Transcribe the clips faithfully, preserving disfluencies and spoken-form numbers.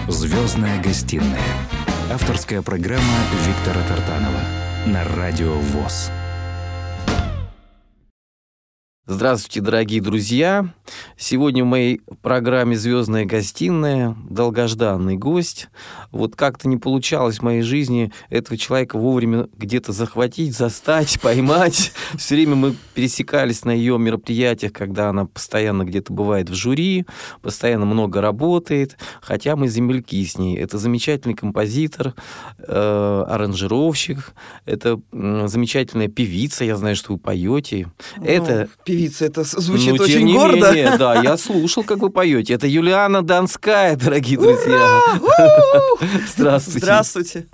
«Звездная гостиная». Авторская программа Виктора Тартанова на Радио ВОС. Здравствуйте, дорогие друзья! Сегодня в моей программе «Звездная гостиная» долгожданный гость. Вот как-то не получалось в моей жизни этого человека вовремя где-то захватить, застать, поймать. Все время мы пересекались на ее мероприятиях, когда она постоянно где-то бывает в жюри, постоянно много работает, хотя мы земляки с ней. Это замечательный композитор, э, аранжировщик, это э, замечательная певица, я знаю, что вы поете. Ну, это... Певица, это звучит ну, очень тем не гордо. Менее, да, я слушал, как вы поете. Это Юлиана Донская, дорогие друзья. Здравствуйте. Здравствуйте.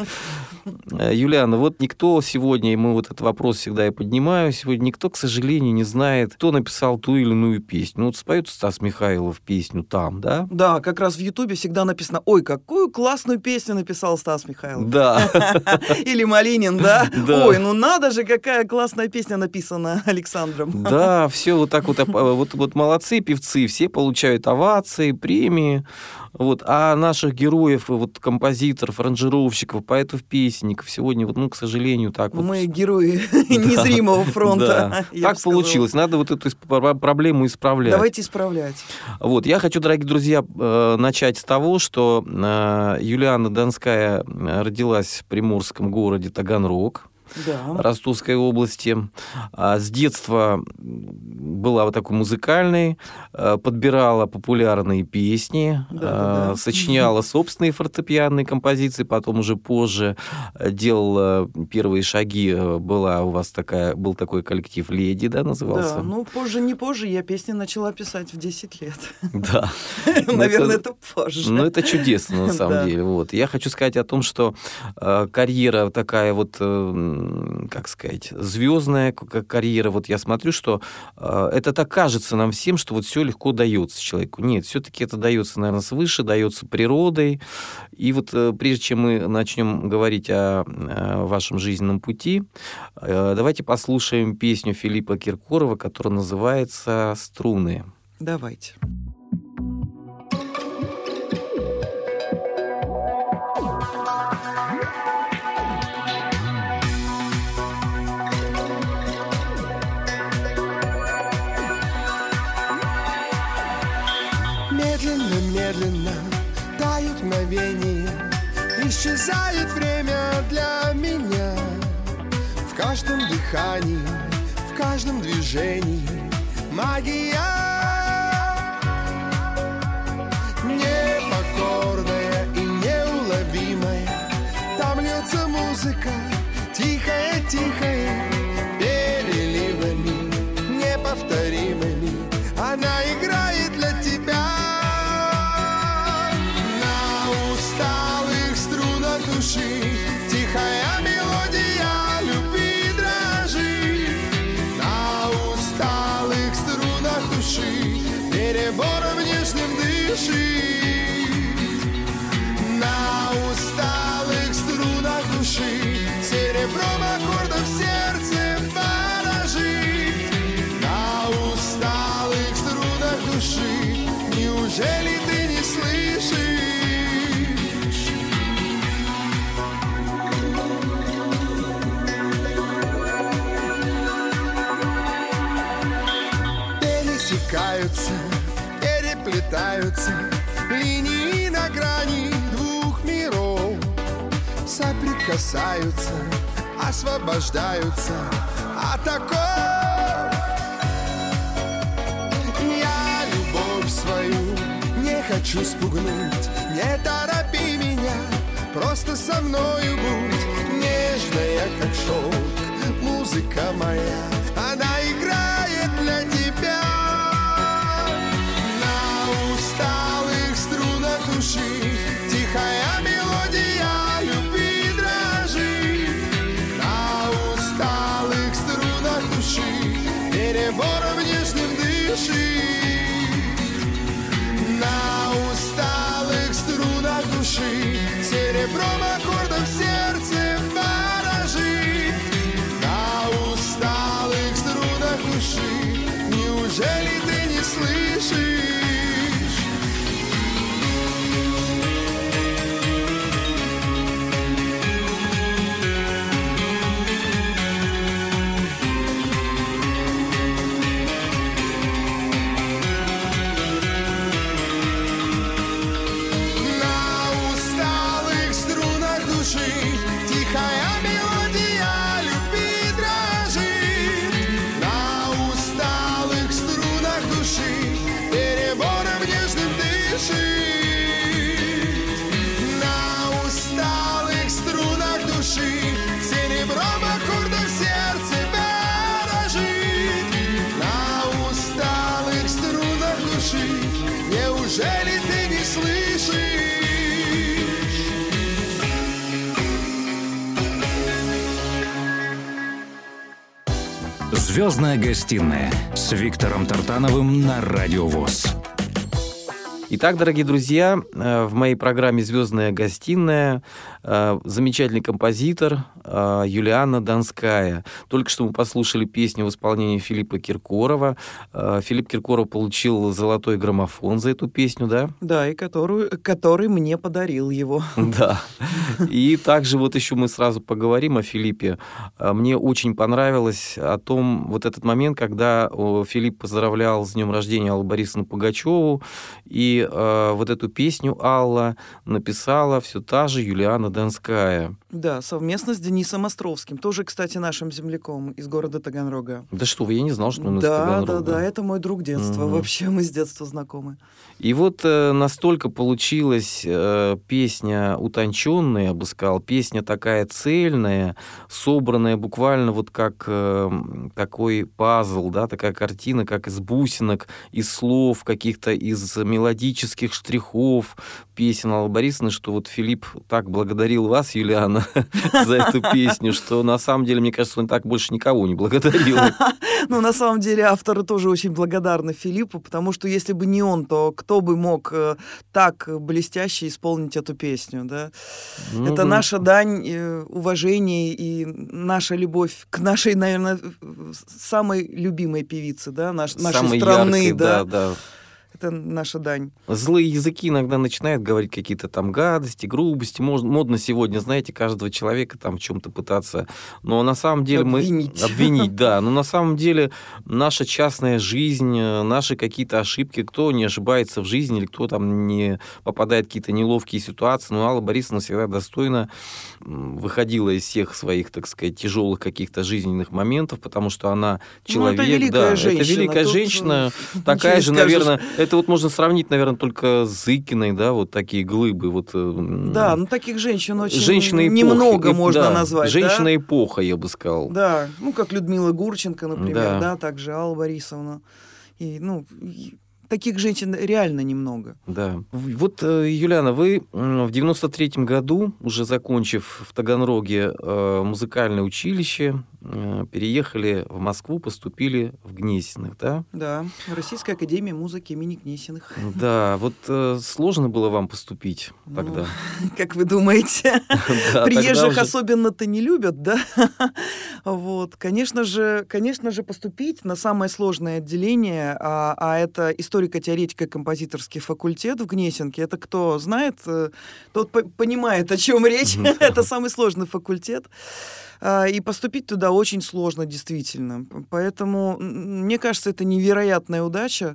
Юлиана, вот никто сегодня, и мы вот этот вопрос всегда и поднимаю, сегодня никто, к сожалению, не знает, кто написал ту или иную песню. Ну, вот споет Стас Михайлов песню «Там», да? Да, как раз в Ютубе всегда написано: ой, какую классную песню написал Стас Михайлов. Да. Или Малинин, да? Да. Ой, ну надо же, какая классная песня написана Александром. Да, все вот так вот, вот, вот молодцы певцы, все получают овации, премии. Вот. А наших героев, вот, композиторов, аранжировщиков, поэтов, песенников сегодня, вот, ну, к сожалению, так вот... Мы герои незримого фронта. Да. Так получилось. Надо вот эту проблему исправлять. Давайте исправлять. Вот. Я хочу, дорогие друзья, начать с того, что Юлиана Донская родилась в приморском городе Таганрог, Да. Ростовской области. С детства была вот такой музыкальной, подбирала популярные песни, да, да, да. сочиняла собственные фортепианные композиции, потом уже позже делала первые шаги. Была у вас такая, был такой коллектив «Леди», да, назывался? Да, ну позже, не позже, я песни начала писать в десять лет. Да. Наверное, это позже. Ну, это чудесно, на самом деле. Вот. Я хочу сказать о том, что карьера такая вот, как сказать, звездная карьера. Вот я смотрю, что э, это так кажется нам всем, что вот все легко дается человеку. Нет, все-таки это дается, наверное, свыше, дается природой. И вот э, прежде чем мы начнем говорить о, о вашем жизненном пути, э, давайте послушаем песню Филиппа Киркорова, которая называется «Струны». Давайте. Медленно тают мгновения, исчезает время для меня. В каждом дыхании, в каждом движении магия. Непокорная и неуловимая, там льется музыка, тихая-тихая, переливами неповторимыми. Она играет для тебя. Тихая мелодия любви дрожит на усталых струнах души, перебором нежным дышит. На усталых струнах души серебром аккордов сердце поражит. На усталых струнах души неужели ты не слышишь? Переплетаются линии на грани двух миров, соприкасаются, освобождаются от оков. Я любовь свою не хочу спугнуть, не торопи меня, просто со мною будь. Нежная, как шелк, музыка моя, она играет для тебя. Тихая мелодия любви дрожит на усталых струнах души, перебором нежным дышит. На усталых струнах души серебром аккордов сердце поражит. На усталых струнах души неужели ты не слышишь? «Звездная гостиная» с Виктором Тартановым на Радио ВОС. Итак, дорогие друзья, в моей программе «Звездная гостиная» замечательный композитор Юлианна Донская. Только что мы послушали песню в исполнении Филиппа Киркорова. Филипп Киркоров получил золотой граммофон за эту песню, да? Да, и которую, который мне подарил его. Да. И также вот еще мы сразу поговорим о Филиппе. Мне очень понравилось о том, вот этот момент, когда Филипп поздравлял с днем рождения Аллу Борисовну Пугачеву, и вот эту песню Алла написала все та же Юлианна Донская. Да, совместно с Денисом Островским, тоже, кстати, нашим земляком из города Таганрога. Да что вы, я не знал, что он из да, Таганрога. Да, да, это мой друг детства. Угу. Вообще мы с детства знакомы. И вот э, настолько получилась э, песня утонченная, я бы сказал, песня такая цельная, собранная буквально вот как э, такой пазл, да, такая картина, как из бусинок, из слов каких-то, из мелодических штрихов песен Аллы Борисовны, что вот Филипп так благодарил вас, Юлианна, за эту песню, что на самом деле, мне кажется, он так больше никого не благодарил. Ну, на самом деле, авторы тоже очень благодарны Филиппу, потому что если бы не он, то кто бы мог э, так блестяще исполнить эту песню, да? Ну, это да. Наша дань э, уважения и наша любовь к нашей, наверное, самой любимой певице, да, Наш, нашей самой страны, яркой, да. да, да. Это наша дань. Злые языки иногда начинают говорить какие-то там гадости, грубости. Модно сегодня, знаете, каждого человека там в чем-то пытаться. Но на самом деле обвинить. мы... Обвинить, да. Но на самом деле наша частная жизнь, наши какие-то ошибки, кто не ошибается в жизни, или кто там не попадает в какие-то неловкие ситуации. Но Алла Борисовна всегда достойно выходила из всех своих, так сказать, тяжелых каких-то жизненных моментов, потому что она человек. Ну, это великая да, женщина. Это великая Тут женщина. Такая же, скажешь. наверное... Это вот можно сравнить, наверное, только с Зыкиной, да, вот такие глыбы. Вот, да, ну таких женщин очень женщина немного эпохи, можно да, назвать. Женщина-эпоха, да? Я бы сказал. Да, ну как Людмила Гурченко, например, да, да также Алла Борисовна. И, ну, таких женщин реально немного. Да. Вот, Юлиана, вы в девяносто третьем году, уже закончив в Таганроге музыкальное училище, переехали в Москву, поступили в Гнесиных, да? Да, Российская академия музыки имени Гнесиных. Да, вот сложно было вам поступить тогда? Ну, как вы думаете? Приезжих особенно-то не любят, да? Вот, конечно же, конечно же, поступить на самое сложное отделение, а, а это историко-теоретико-композиторский факультет в Гнесинке. Это кто знает, тот понимает, о чем речь. Это самый сложный факультет. И поступить туда очень сложно, действительно. Поэтому, мне кажется, это невероятная удача.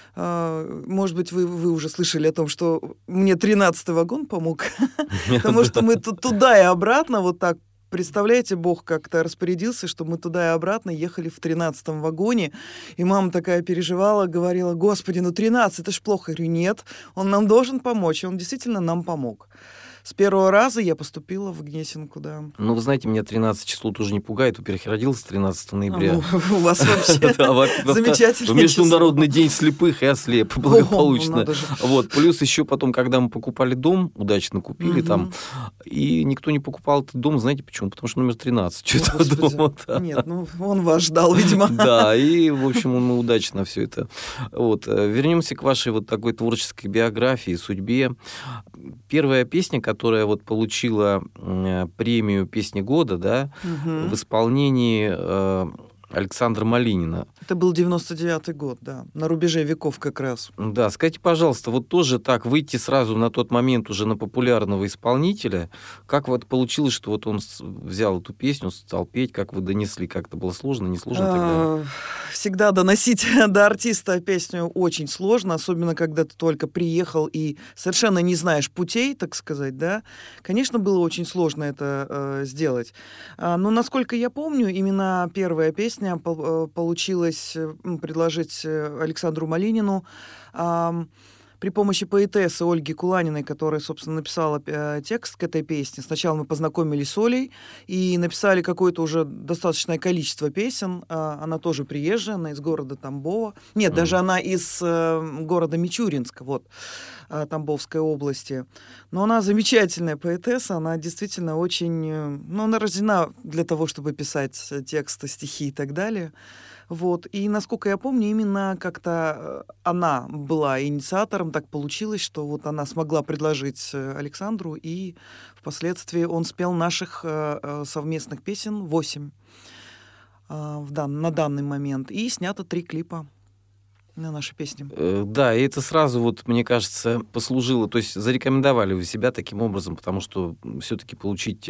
Может быть, вы, вы уже слышали о том, что мне тринадцатый вагон помог, потому что мы туда и обратно вот так. Представляете, Бог как-то распорядился, что мы туда и обратно ехали в тринадцатом вагоне, и мама такая переживала, говорила: «Господи, ну тринадцать, это ж плохо». Я говорю: «Нет, он нам должен помочь», и он действительно нам помог. С первого раза я поступила в Гнесинку, да. Ну, вы знаете, меня тринадцать число тоже не пугает. Во-первых, я родился тринадцатого ноября. А, ну, у вас вообще замечательный Международный день слепых и ослеп. Благополучно. Вот. Плюс еще потом, когда мы покупали дом, удачно купили там, и никто не покупал этот дом, знаете почему? Потому что номер тринадцать. Что-то дома. Нет, ну, он вас ждал, видимо. Да, и, в общем, мы удачно все это. Вот. Вернемся к вашей вот такой творческой биографии, судьбе. Первая песня, которая вот получила э, премию «Песни года», да, угу. в исполнении э, Александра Малинина. Это был девяносто девятый год, да, на рубеже веков как раз. Да, скажите, пожалуйста, вот тоже так выйти сразу на тот момент уже на популярного исполнителя, как вот получилось, что вот он взял эту песню, стал петь, как вы донесли, как-то было сложно, не сложно тогда? Всегда доносить до артиста песню очень сложно, особенно когда ты только приехал и совершенно не знаешь путей, так сказать, да. Конечно, было очень сложно это э, сделать. А, но, насколько я помню, именно первая песня получилась предложить Александру Малинину. при помощи поэтессы Ольги Куланиной, которая, собственно, написала э, текст к этой песне. Сначала мы познакомились с Олей и написали какое-то уже достаточное количество песен. Э, она тоже приезжая, она из города Тамбова. Нет, mm. даже она из э, города Мичуринска, вот, э, Тамбовской области. Но она замечательная поэтесса, она действительно очень... Э, ну, она рождена для того, чтобы писать тексты, стихи и так далее. Вот. И, насколько я помню, именно как-то она была инициатором, так получилось, что вот она смогла предложить Александру, и впоследствии он спел наших э, совместных песен восемь э, в дан, на данный момент, и снято три клипа на наши песни. Да, и это сразу, вот, мне кажется, послужило, то есть зарекомендовали вы себя таким образом, потому что все-таки получить...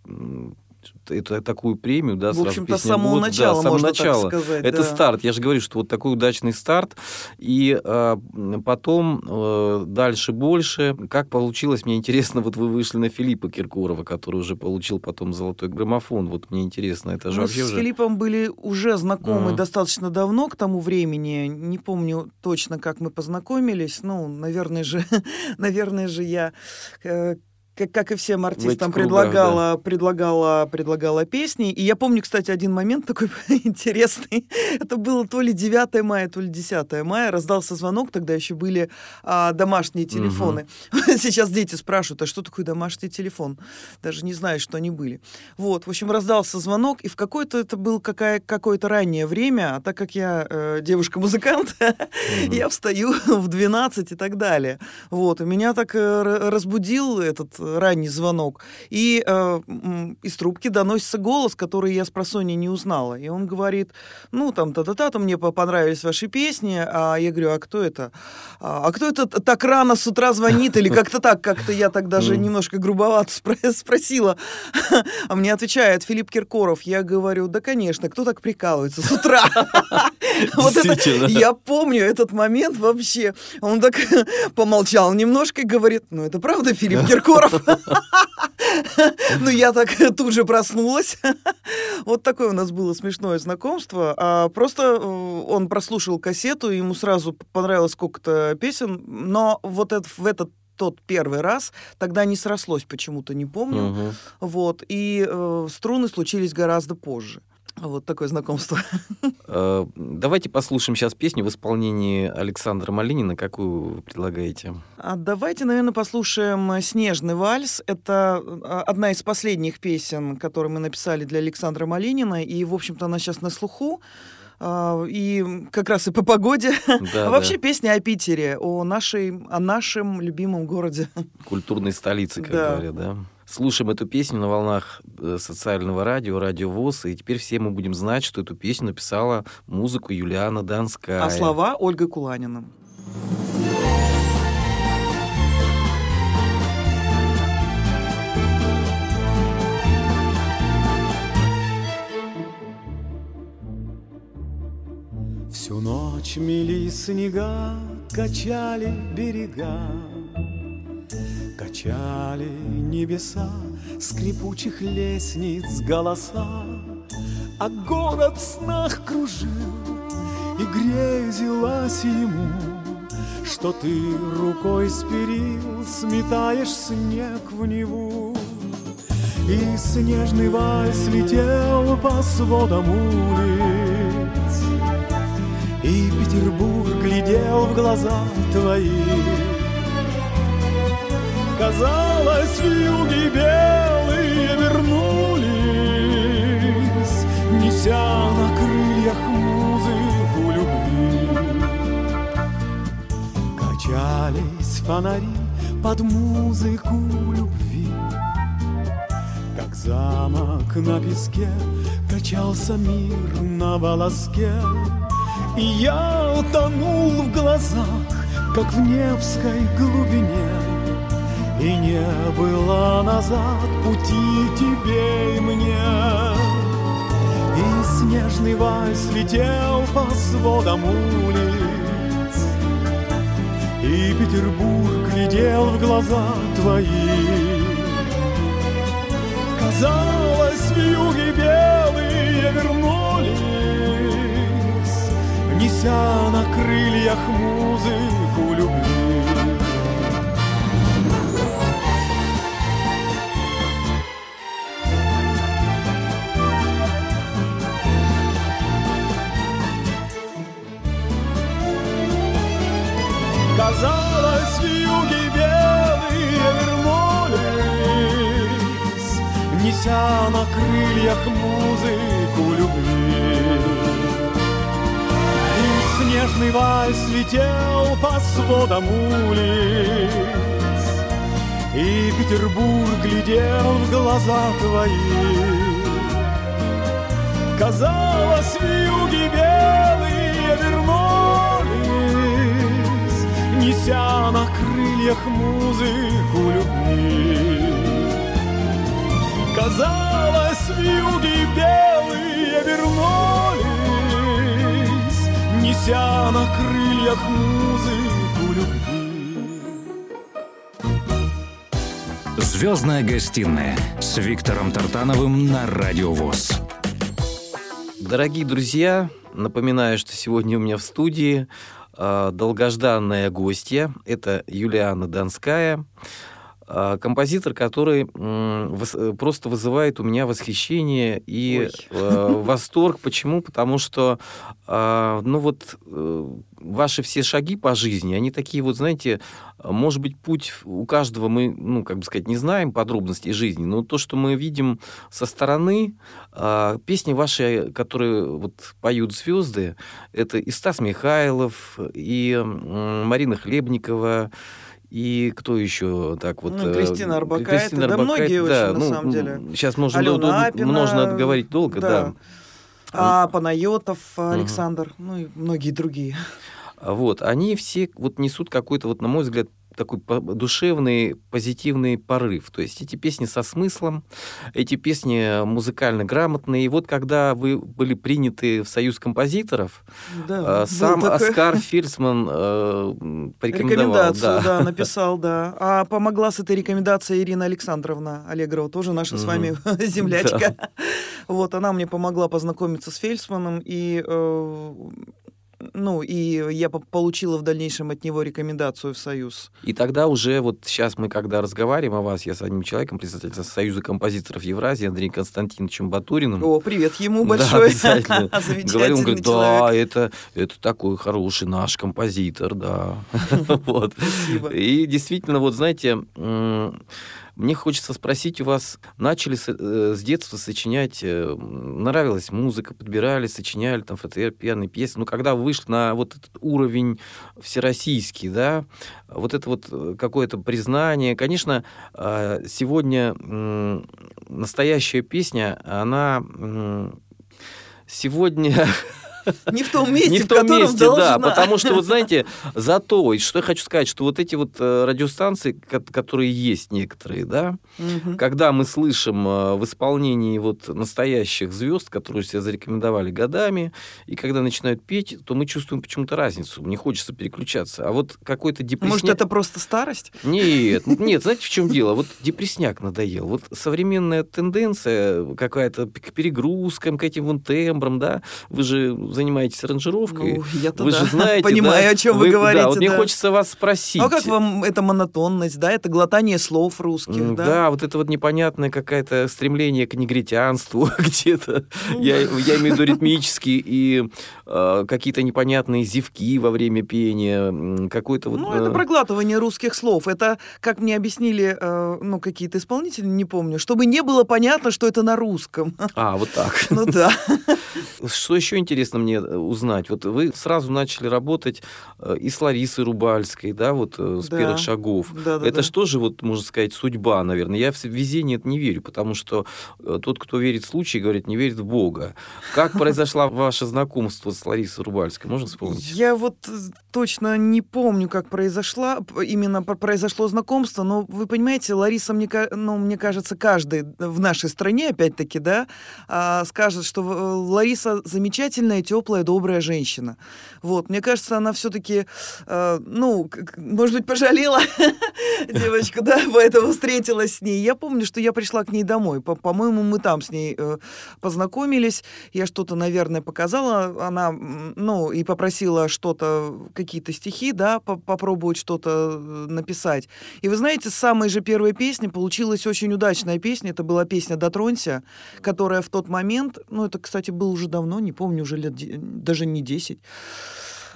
это такую премию, да, в сразу общем-то, с самого год, начала, да, с самого можно начала. Так сказать. Это да. старт. Я же говорю, что вот такой удачный старт. И э, потом э, дальше больше. Как получилось, мне интересно, вот вы вышли на Филиппа Киркорова, который уже получил потом золотой граммофон. Вот мне интересно, это же Мы вообще с уже... Филиппом были уже знакомы А-а. достаточно давно к тому времени. Не помню точно, как мы познакомились. Ну, наверное же, наверное же я... Э, Как, как и всем артистам, предлагала, да. предлагала, предлагала песни. И я помню, кстати, один момент такой интересный. Это было то ли девятое мая, то ли десятое мая. Раздался звонок, тогда еще были а, домашние телефоны. Угу. Сейчас дети спрашивают, а что такое домашний телефон? Даже не знаю, что они были. Вот, в общем, раздался звонок, и в какое-то, это было какое- какое-то раннее время, а так как я э, девушка-музыкант, угу. я встаю в двенадцать и так далее. Вот, и меня так э, разбудил этот ранний звонок, и э, из трубки доносится голос, который я с просонья не узнала. И он говорит, ну, там, та-та-та, мне понравились ваши песни, а я говорю, а кто это? А, а кто это так рано с утра звонит? Или как-то так, как-то я так даже немножко грубовато спросила. А мне отвечает Филипп Киркоров. Я говорю, да, конечно, кто так прикалывается с утра? Вот это, я помню этот момент вообще. Он так помолчал немножко и говорит, ну, это правда Филипп Киркоров? Ну, я так тут же проснулась. Вот такое у нас было смешное знакомство. А просто он прослушал кассету, ему сразу понравилось сколько-то песен, но вот это, в этот тот первый раз тогда не срослось почему-то, не помню. Uh-huh. Вот, и э, струны случились гораздо позже. Вот такое знакомство. Давайте послушаем сейчас песню в исполнении Александра Малинина. Какую вы предлагаете? А давайте, наверное, послушаем «Снежный вальс». Это одна из последних песен, которые мы написали для Александра Малинина. И, в общем-то, она сейчас на слуху. И как раз и по погоде. Да, а вообще да. Песня о Питере, о, нашей, о нашем любимом городе. Культурной столице, как да. говорят, да? Слушаем эту песню на волнах социального радио, Радио ВОС, и теперь все мы будем знать, что эту песню написала музыку Юлиана Донская. А слова Ольга Куланина. Всю ночь мели снега, качали берега, качали небеса, скрипучих лестниц голоса, а город в снах кружил, и грезилось ему, что ты рукой с перил сметаешь снег в Неву. И снежный вальс летел по сводам улиц, и Петербург глядел в глаза твои. Казалось, вьюги белые вернулись, неся на крыльях музыку любви. Качались фонари под музыку любви, как замок на песке качался мир на волоске. И я утонул в глазах, как в Невской глубине, и не было назад пути тебе и мне. И снежный вальс летел по сводам улиц, и Петербург глядел в глаза твои. Казалось, вьюги белые вернулись, неся на крыльях музыку любви. неся на крыльях музыку любви. И снежный вальс летел по сводам улиц, и Петербург глядел в глаза твои. Казалось, вьюги белые вернулись, неся на крыльях музыку любви. Казалось, вьюги белые вернулись, неся на крыльях музыку любви. «Звездная гостиная» с Виктором Тартановым на Радио ВОС. Дорогие друзья, напоминаю, что сегодня у меня в студии э, долгожданная гостья. Это Юлиана Донская, э, композитор, который э, вос, просто вызывает у меня восхищение и э, восторг. Почему? Потому что э, ну вот, э, ваши все шаги по жизни, они такие вот, знаете, может быть, путь у каждого мы, ну, как бы сказать, не знаем подробностей жизни, но то, что мы видим со стороны, э, песни ваши, которые вот поют звезды, это и Стас Михайлов, и э, Марина Хлебникова, и кто еще так вот? Ну, Кристина Орбакайте, Кристина да Орбакайте, многие да, очень, ну, на самом деле. Сейчас можно, Алена до, Апина, можно говорить долго, да. да. А Панайотов Александр, угу. ну и многие другие. Вот, они все вот несут какой-то, вот, на мой взгляд, такой душевный, позитивный порыв. То есть эти песни со смыслом, эти песни музыкально грамотные. И вот когда вы были приняты в Союз композиторов, да, сам такой... Оскар Фильсман э, порекомендовал. Рекомендацию, да. да, написал, да. А помогла с этой рекомендацией Ирина Александровна Аллегрова, тоже наша mm-hmm. с вами землячка. Да. Вот, она мне помогла познакомиться с Фильсманом, и... Э, Ну, и я получила в дальнейшем от него рекомендацию в Союз. И тогда уже, вот сейчас мы, когда разговариваем о вас, я с одним человеком, председателем Союза композиторов Евразии, Андреем Константиновичем Батуриным. О, привет ему большой. Да, обязательно. Говорил, он говорит, человек. да, это, это такой хороший наш композитор, да. Вот. Спасибо. И действительно, вот знаете... Мне хочется спросить у вас, начали с, э, с детства сочинять, э, нравилась музыка, подбирали, сочиняли там фортепианные песни, но когда вы вышли на вот этот уровень всероссийский, да, вот это вот какое-то признание, конечно, э, сегодня э, настоящая песня, она э, сегодня... Не в том месте, не в, в том котором месте, должна. Да, потому что, вот знаете, зато, и что я хочу сказать, что вот эти вот радиостанции, которые есть некоторые, да, угу. когда мы слышим в исполнении вот настоящих звезд, которые себя зарекомендовали годами, и когда начинают петь, то мы чувствуем почему-то разницу, не хочется переключаться. А вот какой-то депрессняк... Может, это просто старость? Нет, нет, знаете, в чем дело? Вот депрессняк надоел. Вот современная тенденция какая-то к перегрузкам, к этим вон тембрам, да, вы же занимаетесь аранжировкой, ну, я-то вы да. же знаете, понимаю, да, о чем вы, вы говорите. Да, вот да. мне хочется вас спросить. А как вам эта монотонность, да, это глотание слов русских, да? Да, вот это вот непонятное какое-то стремление к негритянству где-то. Я, я имею в виду ритмические и э, какие-то непонятные зевки во время пения, какой-то вот... Ну, это проглатывание русских слов. Это, как мне объяснили, э, ну, какие-то исполнители, не помню, чтобы не было понятно, что это на русском. А, вот так. Ну да. Что еще интересно мне узнать? Вот вы сразу начали работать и с Ларисой Рубальской, да, вот с да. первых шагов. Да, да, это да. что же, вот, можно сказать, судьба, наверное? Я в везение это не верю, потому что тот, кто верит в случай, говорит, не верит в Бога. Как произошло ваше знакомство с Ларисой Рубальской? Можно вспомнить? Я вот точно не помню, как произошло, именно произошло знакомство, но вы понимаете, Лариса, мне, ну, мне кажется, каждый в нашей стране, опять-таки, да, скажет, что Лариса замечательная, теплая, добрая женщина. Вот, мне кажется, она все-таки, э, ну, может быть, пожалела девочку, да, поэтому встретилась с ней. Я помню, что я пришла к ней домой. По-моему, мы там с ней э, познакомились. Я что-то, наверное, показала. Она, ну, и попросила что-то, какие-то стихи, да, попробовать что-то написать. И вы знаете, с самой же первой песни получилась очень удачная песня. Это была песня «Дотронься», которая в тот момент, ну, это, кстати, было уже давно, не помню, уже лет, даже не десять.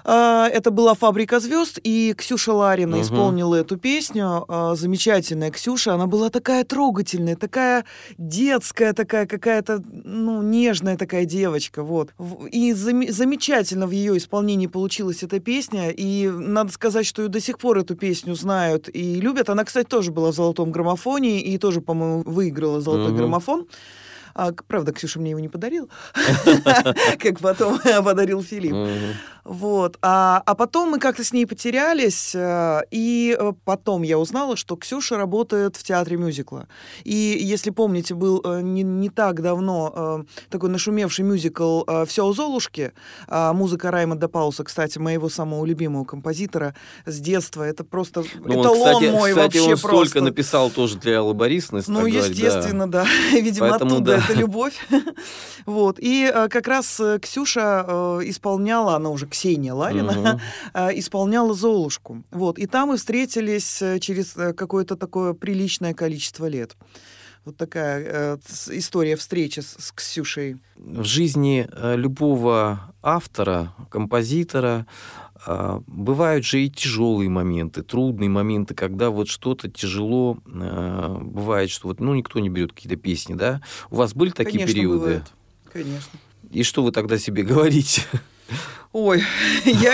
Это была «Фабрика звезд», и Ксюша Ларина Угу. исполнила эту песню. Замечательная Ксюша, она была такая трогательная, такая детская, такая какая-то, ну, нежная такая девочка, вот. И зам- замечательно в ее исполнении получилась эта песня, и надо сказать, что до сих пор эту песню знают и любят. Она, кстати, тоже была в «Золотом граммофоне» и тоже, по-моему, выиграла «Золотой Угу. граммофон». А, правда, Ксюша мне его не подарила, как потом подарил Филипп. Вот. А, а потом мы как-то с ней потерялись, и потом я узнала, что Ксюша работает в театре мюзикла. И, если помните, был не, не так давно такой нашумевший мюзикл «Все о Золушке», музыка Раймонда Пауса, кстати, моего самого любимого композитора с детства. Это просто ну, эталон он, кстати, мой кстати, вообще он просто. Столько написал тоже для Аллы Борисовны. Ну, естественно, говорить, да. да. Видимо, Поэтому, оттуда да. эта любовь. Вот. И как раз Ксюша исполняла, она уже Ксения Ларина, угу. исполняла «Золушку». Вот. И там мы встретились через какое-то такое приличное количество лет. Вот такая э, история встречи с, с Ксюшей. В жизни любого автора, композитора э, бывают же и тяжелые моменты, трудные моменты, когда вот что-то тяжело, э, бывает, что вот, ну, никто не берет какие-то песни, да? У вас были такие Конечно, периоды? Бывает. Конечно. И что вы тогда себе говорите? Ой, я,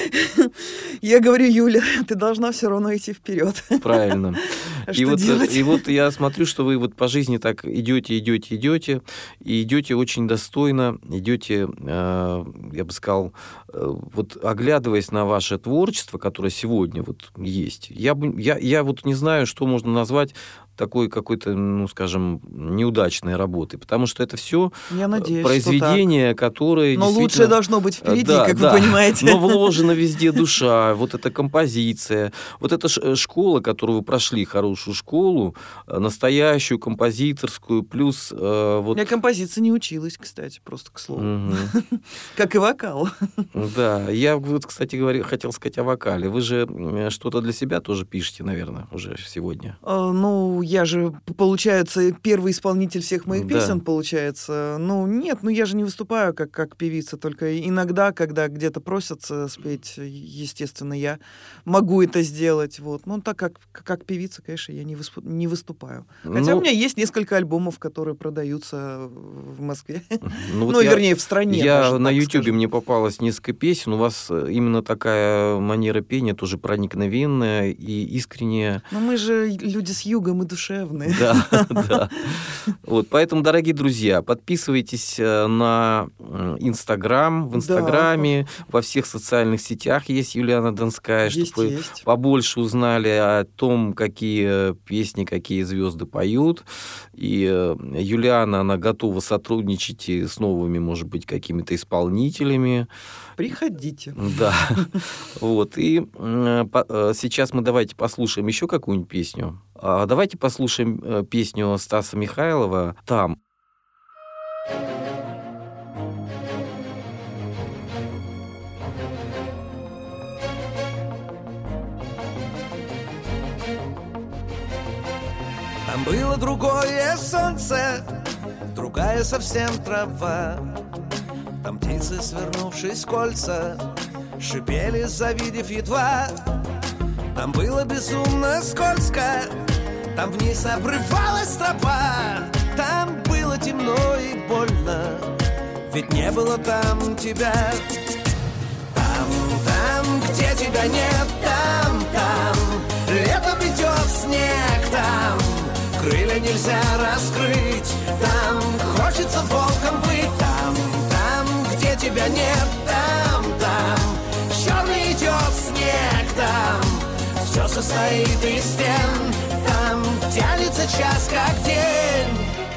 я говорю, Юля, ты должна все равно идти вперед. Правильно. А и, что вот, делать? и вот я смотрю, что вы вот по жизни так идете, идете, идете, и идете очень достойно, идете, э, я бы сказал, э, вот оглядываясь на ваше творчество, которое сегодня вот есть, я, бы, я, я вот не знаю, что можно назвать такой какой-то, ну, скажем, неудачной работы, потому что это все произведения, которые но действительно... лучшее должно быть впереди, да, как да, вы понимаете. Но вложена везде душа, вот эта композиция, вот эта школа, которую вы прошли, хорошую школу, настоящую, композиторскую, плюс... Э, вот... Я композиции не училась, кстати, просто к слову. Угу. Как и вокал. Да, я вот, кстати говоря, хотел сказать о вокале. Вы же что-то для себя тоже пишете, наверное, уже сегодня. Ну, я же, получается, первый исполнитель всех моих да. песен, получается. Ну, нет, ну я же не выступаю как, как певица, только иногда, когда где-то просятся спеть, естественно, я могу это сделать. Вот. Ну, так как, как певица, конечно, я не, выступ, не выступаю. Хотя ну, у меня есть несколько альбомов, которые продаются в Москве. Ну, вот ну я, вернее, в стране. Я даже, на Ютубе мне попалось несколько песен. У вас именно такая манера пения тоже проникновенная и искренняя. Ну, мы же люди с юга, мы душевные. Да, да. Вот, поэтому, дорогие друзья, подписывайтесь на Инстаграм, в Инстаграме, да. во всех социальных сетях есть Юлиана Донская, есть, чтобы есть. вы побольше узнали о том, какие песни, какие звезды поют. И Юлиана, она готова сотрудничать и с новыми, может быть, какими-то исполнителями. Приходите. Да. Вот. И сейчас мы давайте послушаем еще какую-нибудь песню. Давайте послушаем песню Стаса Михайлова «Там». Там было другое солнце, другая совсем трава. Там птицы, свернувшись в кольца, шипели, завидев едва. Там было безумно скользко, там вниз обрывалась тропа. Там было темно и больно, ведь не было там тебя. Там, там, где тебя нет, там, там летом идет снег, там крылья нельзя раскрыть, там хочется волком быть. Там, там, где тебя нет, там, там черный идет снег, там все состоит из стен, там тянется час как день.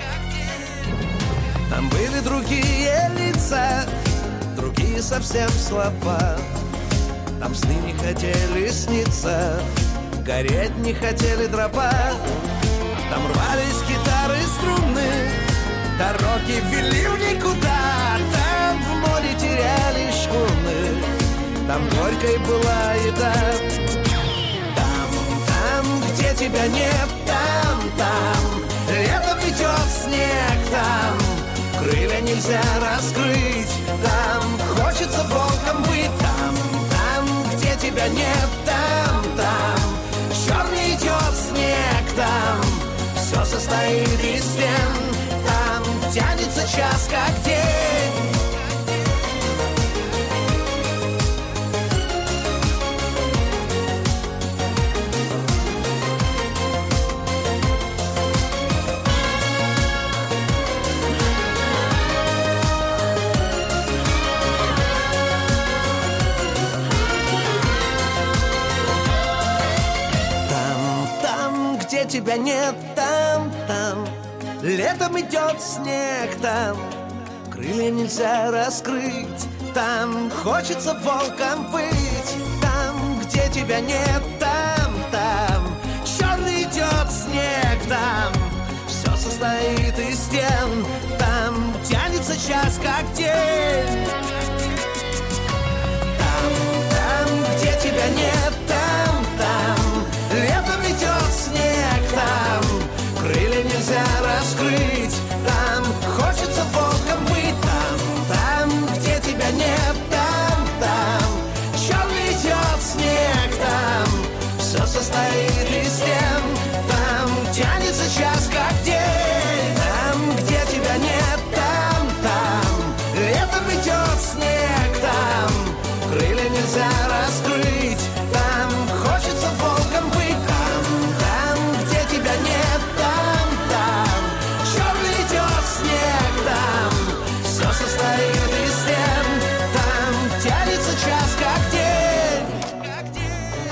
Там были другие лица, другие совсем слова. Там сны не хотели сниться, гореть не хотели дрова. Там рвались гитары струны, дороги вели в никуда. Там в море теряли шхуны, там горькой была еда. Там, там, где тебя нет, там, там летом идет снег, там крылья нельзя раскрыть, там хочется волком быть. Там, тебя нет, там, там черный идет снег, там все состоит из стен, там тянется час, как день. Тебя нет, там, там летом идет снег, там крылья нельзя раскрыть, там хочется волком быть, там, где тебя нет, там, там черный идет снег, там все состоит из стен, там тянется час, как день. Там, там, где тебя нет, там, там летом идет снег, там крылья нельзя раскрыть, там хочется волком быть, там, там, где тебя нет, там, там черный идет снег, там все состоит из стен, там тянется час, как день, там, где тебя нет, там, там летом идет снег, там крылья нельзя раскрыть, там хочется волком быть, там, там, где тебя нет, там, там черный идет снег, там все состоит из стен, там тянется час, как день, как день.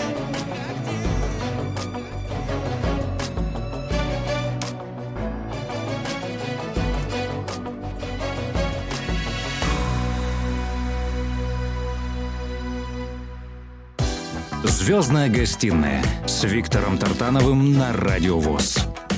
«Звездная гостиная» с Виктором Тартановым на Радио ВОС.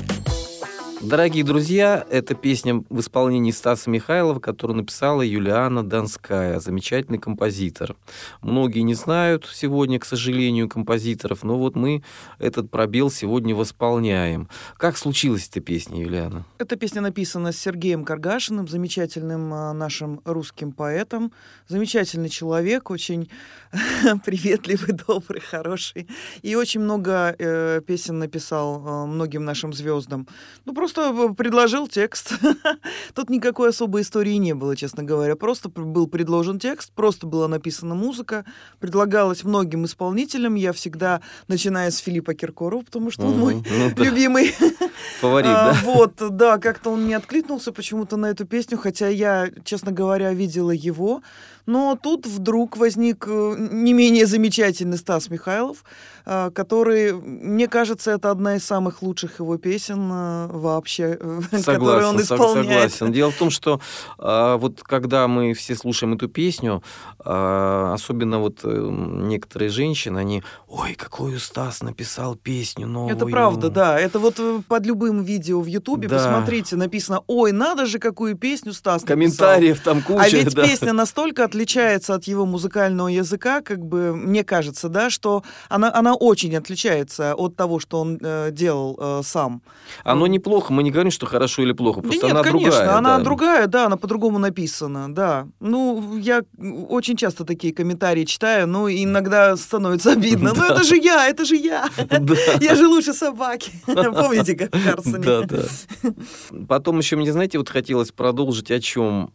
Дорогие друзья, это песня в исполнении Стаса Михайлова, которую написала Юлиана Донская, замечательный композитор. Многие не знают сегодня, к сожалению, композиторов, но вот мы этот пробел сегодня восполняем. Как случилась эта песня, Юлиана? Эта песня написана с Сергеем Каргашиным, замечательным нашим русским поэтом. Замечательный человек, очень приветливый, добрый, хороший. И очень много э, песен написал э, многим нашим звездам. Ну, просто предложил текст. Тут никакой особой истории не было, честно говоря. Просто был предложен текст, просто была написана музыка, предлагалась многим исполнителям. Я всегда, начиная с Филиппа Киркорова, потому что он mm-hmm. мой ну, любимый фаворит, да? Вот, да, как-то он не откликнулся почему-то на эту песню, хотя я, честно говоря, видела его. Но тут вдруг возник не менее замечательный Стас Михайлов, который, мне кажется, это одна из самых лучших его песен вообще, согласен, которые он исполняет. Согласен. Дело в том, что вот когда мы все слушаем эту песню, особенно вот некоторые женщины, они, ой, какой Стас написал песню новую. Это правда, да. Это вот под любым видео в Ютубе, да. Посмотрите, написано, ой, надо же, какую песню Стас написал. Комментариев там куча. А ведь да. песня настолько отличается от его музыкального языка, как бы, мне кажется, да, что она, она очень отличается от того, что он э, делал э, сам. Оно неплохо, мы не говорим, что хорошо или плохо, просто да нет, она конечно, другая. Она да. другая, да, она по-другому написана, да. Ну, я очень часто такие комментарии читаю, ну, иногда становится обидно. Ну, это же я, это же я. Я же лучше собаки. Помните, как в Карсоне? Да, да. Потом еще мне, знаете, вот хотелось продолжить о чем.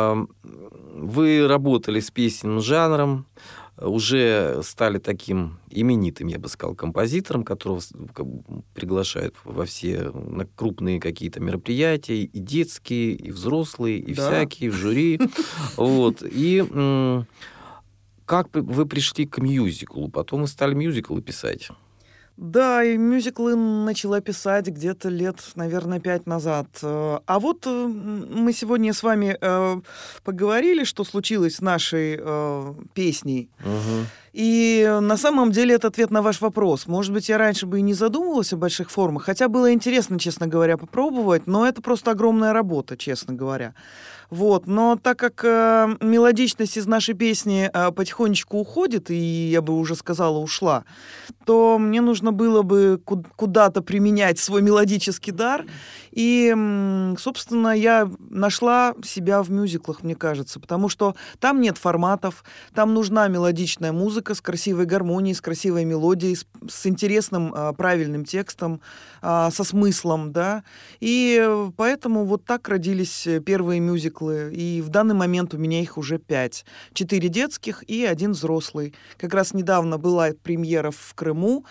Вы работали с песенным жанром, уже стали таким именитым, я бы сказал, композитором, которого приглашают во все на крупные какие-то мероприятия, и детские, и взрослые, и да. всякие, в жюри. Вот. И как вы пришли к мюзиклу? Потом вы стали мюзиклы писать. Да, и мюзиклы начала писать где-то лет, наверное, пять назад. А вот мы сегодня с вами э, поговорили, что случилось с нашей э, песней. Угу. И на самом деле это ответ на ваш вопрос. Может быть, я раньше бы и не задумывалась о больших формах, хотя было интересно, честно говоря, попробовать, но это просто огромная работа, честно говоря. Вот. Но так как э, мелодичность из нашей песни э, потихонечку уходит, и я бы уже сказала, ушла, то мне нужно было бы куда-то применять свой мелодический дар. И, собственно, я нашла себя в мюзиклах, мне кажется, потому что там нет форматов, там нужна мелодичная музыка, музыка с красивой гармонией, с красивой мелодией, с, с интересным, а, правильным текстом, а, со смыслом, да. И поэтому вот так родились первые мюзиклы. И в данный момент у меня их уже пять. Четыре детских и один взрослый. Как раз недавно была премьера в Крыму.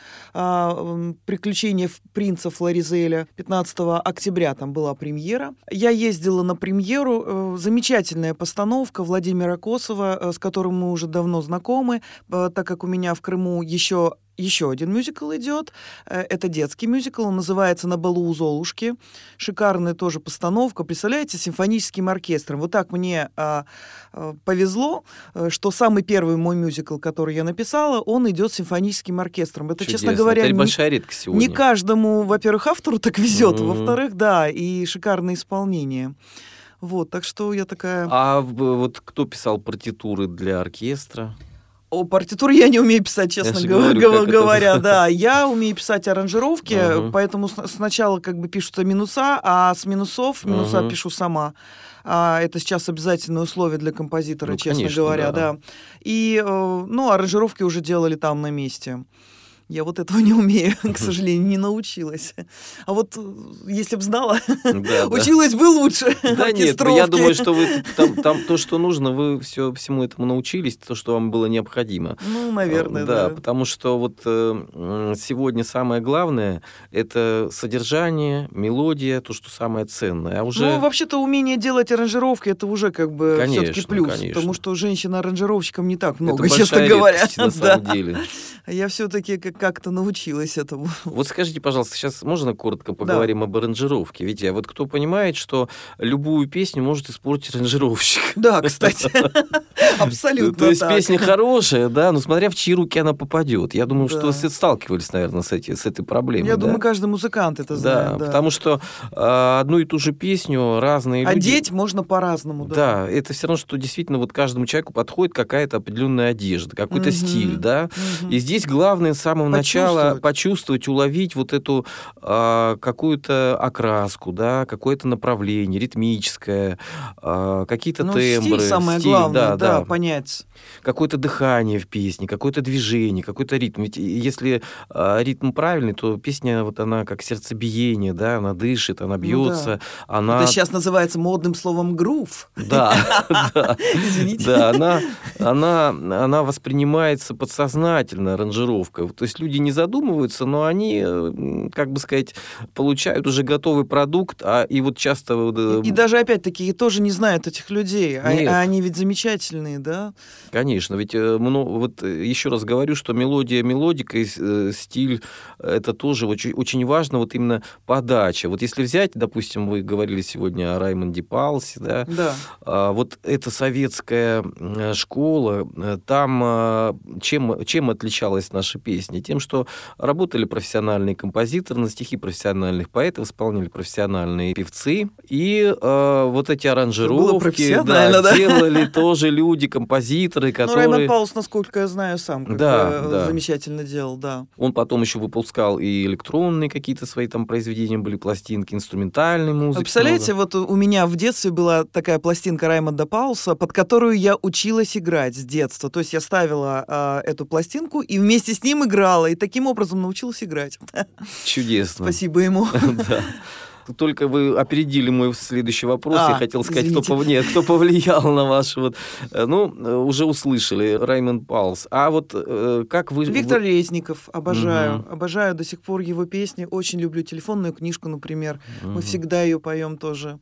А, «Приключения принца Флоризеля». пятнадцатого октября там была премьера. Я ездила на премьеру. Замечательная постановка Владимира Косова, с которым мы уже давно знакомы, так как у меня в Крыму еще Еще один мюзикл идет. Это детский мюзикл. Он называется «На балу у Золушки». Шикарная тоже постановка. Представляете, с симфоническим оркестром. Вот так мне а, а, повезло, что самый первый мой мюзикл, который я написала, он идет с симфоническим оркестром. Это, Чудесно. честно говоря, это не, большая редкость сегодня. Не каждому, во-первых, автору так везет. Mm-hmm. Во-вторых, да, и шикарное исполнение. Вот, так что я такая... А вот кто писал партитуры для оркестра? О, партитуру я не умею писать, честно говорю, говоря, это... да. Я умею писать аранжировки, uh-huh. поэтому с- сначала как бы пишутся минуса, а с минусов минуса uh-huh. пишу сама. А, это сейчас обязательное условие для композитора, ну, честно конечно, говоря, да. да. И, ну, аранжировки уже делали там на месте. Я вот этого не умею, к сожалению, не научилась. А вот если бы знала, да, училась да. бы лучше. Да нет, я думаю, что вы там, там то, что нужно, вы все, всему этому научились, то, что вам было необходимо. Ну, наверное, да. Да, потому что вот э, сегодня самое главное – это содержание, мелодия, то, что самое ценное. А уже... Ну, вообще-то умение делать аранжировки – это уже как бы конечно, все-таки плюс. Конечно. Потому что женщин-аранжировщикам не так много, это честно говоря. Редкость, на самом да. деле. Я все-таки как- как-то научилась этому. Вот скажите, пожалуйста, сейчас можно коротко поговорим да. об аранжировке? Ведь а вот кто понимает, что любую песню может испортить аранжировщик. Да, кстати. Абсолютно То есть песня хорошая, да, но смотря в чьи руки она попадет. Я думаю, да. что вы сталкивались, наверное, с, эти, с этой проблемой. Я да? думаю, каждый музыкант это знает. Да, да. потому что э, одну и ту же песню разные люди... Одеть можно по-разному. Да. да, это все равно, что действительно вот каждому человеку подходит какая-то определенная одежда, какой-то угу. стиль, да. Угу. И здесь главное с самого начала почувствовать, уловить вот эту э, какую-то окраску, да, какое-то направление, ритмическое, э, какие-то ну, тембры. Стиль самое стиль, главное, да, да, да, понять. Какое-то дыхание в песне, какое-то движение, какой-то ритм. Ведь если э, ритм правильный, то песня, вот она как сердцебиение, да, она дышит, она бьется. Ну, да. она... Это сейчас называется модным словом грув. Да, да. Извините. Да, она, она, она воспринимается подсознательно, аранжировка. То есть люди не задумываются, но они, как бы сказать, получают уже готовый продукт, а и вот часто... И, и даже, опять-таки, тоже не знают этих людей, а, а они ведь замечательные, да? Конечно, ведь ну, вот еще раз говорю, что мелодия, мелодика, стиль, это тоже очень, очень важно, вот именно подача. Вот если взять, допустим, вы говорили сегодня о Раймонде Палсе, да? Да. Вот эта советская школа, там чем, чем отличалась наша песня? Тем, что работали профессиональные композиторы, на стихи профессиональных поэтов исполняли профессиональные певцы, и э, вот эти аранжировки да, да? делали тоже люди, композиторы, которые... Ну, Раймонд Паулс, насколько я знаю, сам как да, бы да. замечательно делал, да. Он потом еще выпускал и электронные какие-то свои там произведения, были пластинки, инструментальной музыки. Представляете, много. Вот у меня в детстве была такая пластинка Раймонда Паулса, под которую я училась играть с детства. То есть я ставила э, эту пластинку и вместе с ним играла, и таким образом научилась играть. Чудесно. Спасибо ему. Да. Только вы опередили мой следующий вопрос. А, я хотел сказать, кто, пов... Нет, кто повлиял на ваш... Вот... Ну, уже услышали, Раймонд Паулс. А вот как вы... Виктор Резников, обожаю. Угу. Обожаю до сих пор его песни. Очень люблю телефонную книжку, например. Угу. Мы всегда ее поем тоже.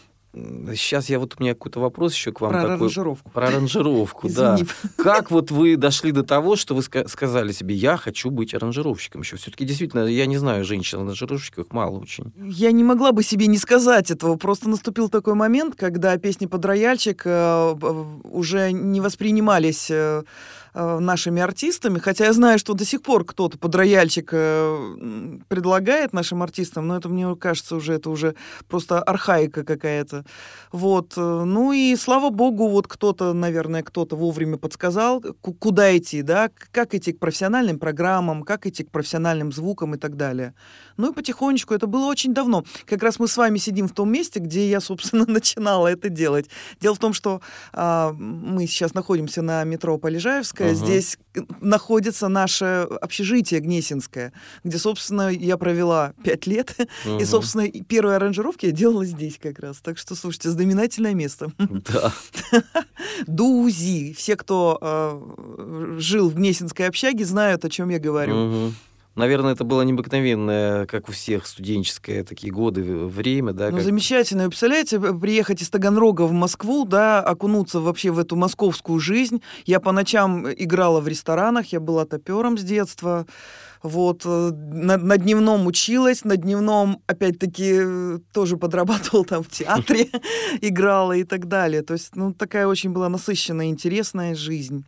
Сейчас я вот у меня какой-то вопрос еще к вам. Про такой, аранжировку. Про аранжировку, да. Как вот вы дошли до того, что вы сказали себе, я хочу быть аранжировщиком еще? Все-таки действительно, я не знаю женщин-аранжировщиков, мало очень. Я не могла бы себе не сказать этого. Просто наступил такой момент, когда песни под рояльчик э, уже не воспринимались э, нашими артистами, хотя я знаю, что до сих пор кто-то под рояльчик э, предлагает нашим артистам, но это, мне кажется, уже это уже просто архаика какая-то. да. Вот. Ну и слава богу, вот кто-то, наверное, кто-то вовремя подсказал, куда идти, да, как идти к профессиональным программам, как идти к профессиональным звукам и так далее. Ну и потихонечку, это было очень давно. Как раз мы с вами сидим в том месте, где я, собственно, начинала это делать. Дело в том, что а, мы сейчас находимся на метро Полежаевская, uh-huh. здесь находится наше общежитие Гнесинское, где, собственно, я провела пять лет, uh-huh. и, собственно, первые аранжировки я делала здесь как раз. Так что, слушайте, знаменательное место. Да. До УЗИ. Все, кто э, жил в Гнесинской общаге, знают, о чем я говорю. Угу. Наверное, это было необыкновенное, как у всех, студенческое такие годы, время, да? Ну, как... замечательно. Вы представляете, приехать из Таганрога в Москву, да, окунуться вообще в эту московскую жизнь. Я по ночам играла в ресторанах, я была топером с детства. Вот, на, на дневном училась, на дневном, опять-таки, тоже подрабатывала там в театре, играла и так далее. То есть, ну, такая очень была насыщенная, интересная жизнь.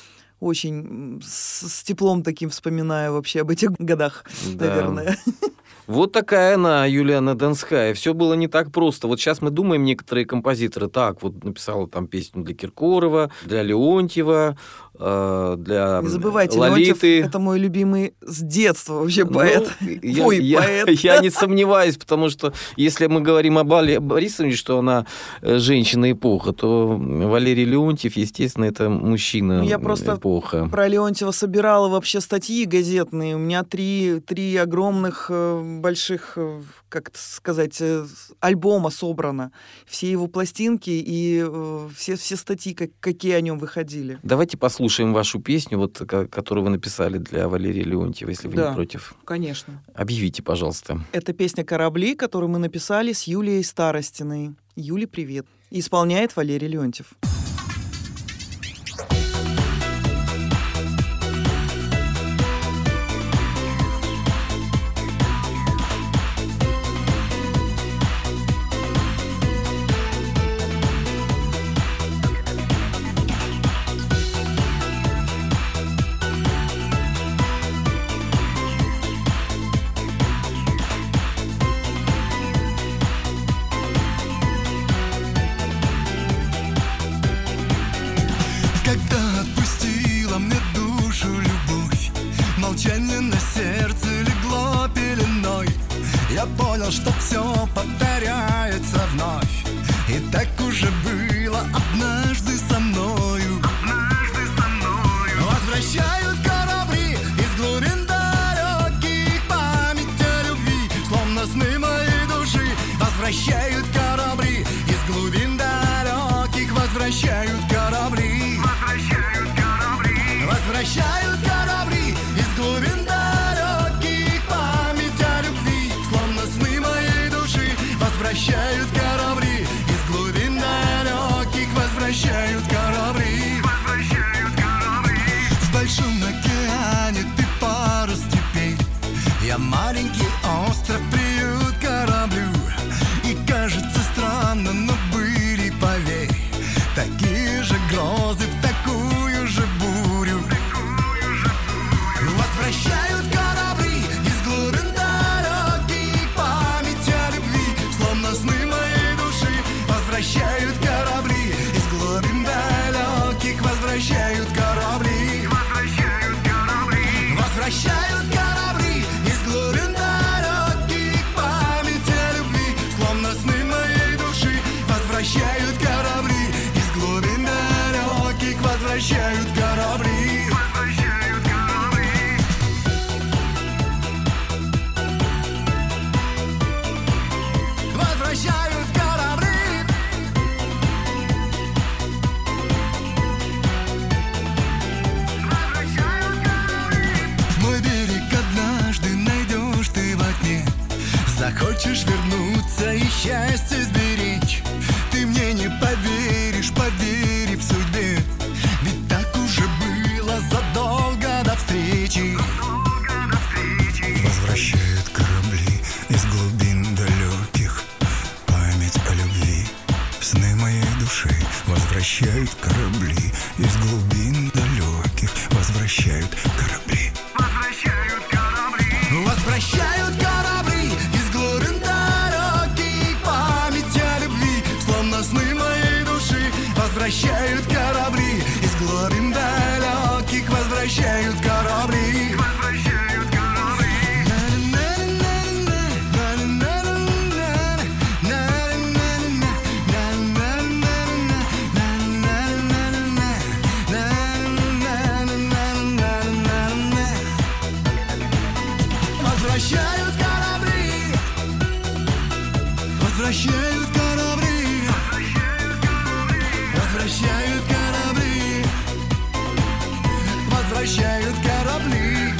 Очень с, с теплом таким вспоминаю вообще об этих годах, да. наверное. Вот такая она, Юлиана Донская. Все было не так просто. Вот сейчас мы думаем, некоторые композиторы, так, вот написала там песню для Киркорова, для Леонтьева, э, для Не забывайте, Лолиты. Леонтьев — это мой любимый с детства вообще поэт. Ну, я, Ой, я, поэт. Я не сомневаюсь, потому что если мы говорим о Алле Борисовне, что она женщина-эпоха, то Валерий Леонтьев, естественно, это мужчина-эпоха. Я просто про Леонтьева собирала вообще статьи газетные. У меня три, три огромных, больших, как сказать, альбома собрано. Все его пластинки и все, все статьи, как, какие о нем выходили. Давайте послушаем вашу песню, вот, которую вы написали для Валерия Леонтьева, если вы да, не против. Конечно. Объявите, пожалуйста. Это песня «Корабли», которую мы написали с Юлией Старостиной. Юли, привет. И исполняет Валерий Леонтьев. Что все повторяется вновь. И так уже было однажды со мною. Однажды со мною. Возвращают корабли из глубин далеких, память о любви, словно сны моей души. Возвращают корабли из глубин далеких. Возвращают корабли. Возвращают корабли. Возвращают корабли из глубин далеких. Возвращают корабли из глубин далеких. Возвращают корабли. Возвращают корабли. В большом океане ты пара степей. Я маленький остров, приют кораблю. И кажется странно, но были, поверь, такие же грозы в такую же бурю. Такую же бурю. Возвращают корабли из глубин далеких. Память о любви, сны моей души. Возвращают корабли из глубин далеких. Возвращают корабли. Возвращают корабли. Возвращают корабли из глубин далеких. Память о любви, словно сны моей души. Возвращают корабли из глубин далеких. Возвращают корабли. Возвращают корабли. Возвращают корабли. Возвращают корабли. Мой берег однажды найдешь ты во тьме. Захочешь вернуться и счастье сберечь. Ты мне не поверишь, поверив судьбе. Ведь так уже было задолго до встречи. Возвращают корабли из глубин далеких. Память о любви, сны моей души. Возвращают корабли из глубин далеких. Возвращают корабли. Возвращают корабли. Возвращают корабли из глубин далеких. Память о любви, Возвращают корабли, возвращают корабли, возвращают корабли,